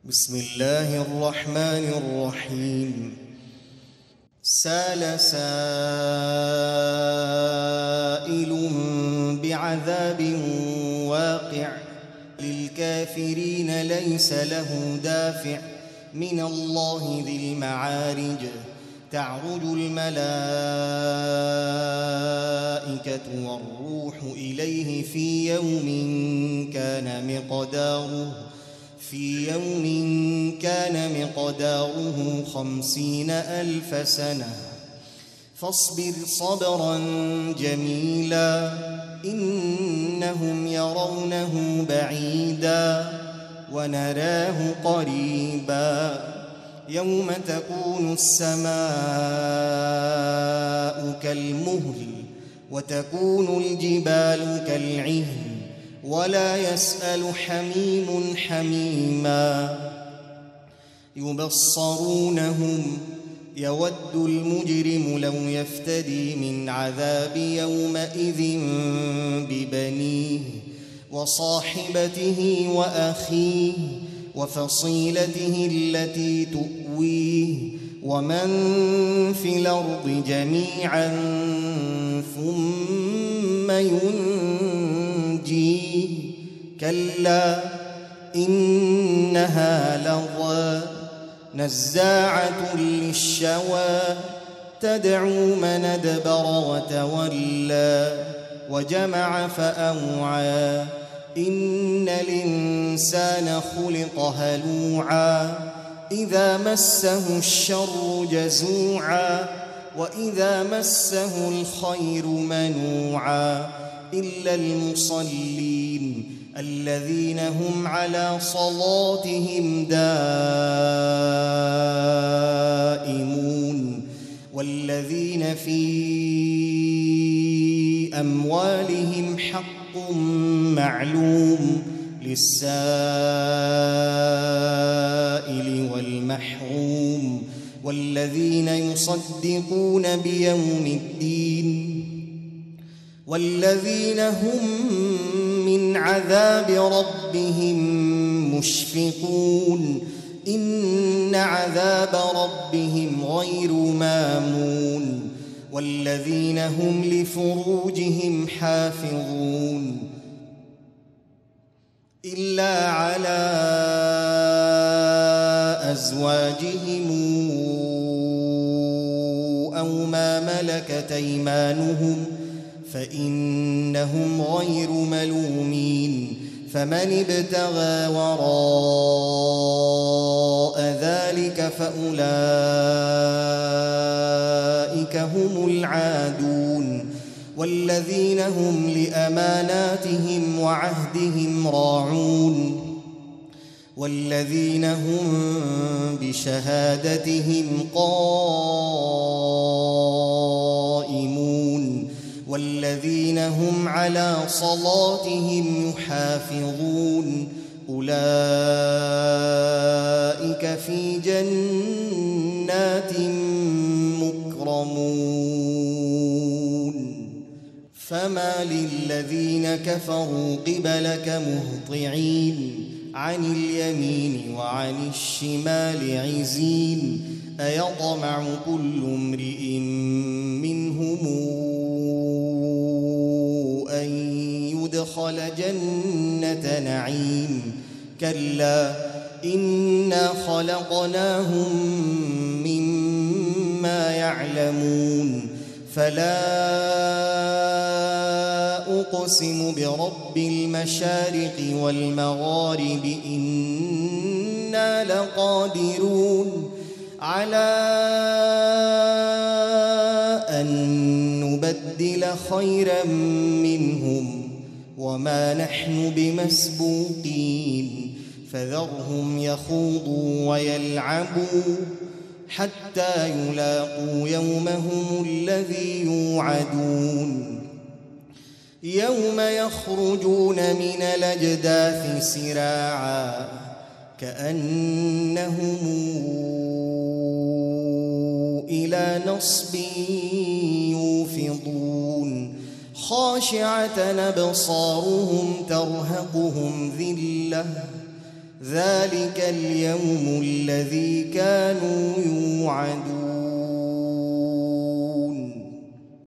بسم الله الرحمن الرحيم. سال سائل بعذاب واقع للكافرين ليس له دافع من الله ذي المعارج. تعرج الملائكة والروح إليه في يوم كان مقداره 50,000 سنة فاصبر صبرا جميلا إنهم يرونه بعيدا ونراه قريبا يوم تكون السماء كالمهل وتكون الجبال كالعهن ولا يسأل حميم حميما يبصرونهم يود المجرم لو يفتدي من عذاب يومئذ ببنيه وصاحبته وأخيه وفصيلته التي تؤويه ومن في الأرض جميعا ثم ينجيه كلا إنها لظى نزاعة للشوى تدعو من أدبر وتولى وجمع فأوعى إن الإنسان خلق هلوعا إذا مسه الشر جزوعا وإذا مسه الخير منوعا إلا المصلين الذين هم على صلاتهم دائمون والذين في أموالهم حق معلوم للسائل والمحروم والذين يصدقون بيوم الدين والذين هم من عذاب ربهم مشفقون إن عذاب ربهم غير مامون والذين هم لفروجهم حافظون إلا على أزواجهم أو ما ملكت أيمانهم فإنهم غير ملومين فمن ابتغى وراء ذلك فأولئك هم العادون والذين هم لأماناتهم وعهدهم راعون والذين هم بشهادتهم قائمون والذين هم على صلاتهم يحافظون أولئك في جنات مكرمون فما للذين كفروا قبلك مهطعين عن اليمين وعن الشمال عزين أيطمع كل امرئ منهم أن يدخل جنة نعيم كلا إنا خلقناهم مما يعلمون فلا أقسم برب المشارق والمغارب إنا لقادرون على أن نبدل خيرا منهم وما نحن بمسبوقين فذرهم يخوضوا ويلعبوا حتى يلاقوا يومهم الذي يوعدون يوم يخرجون من الأجداث سراعا كأنهم إلى نصب يوفضون خاشعة أبصارهم ترهقهم ذلة ذلك اليوم الذي كانوا يوعدون.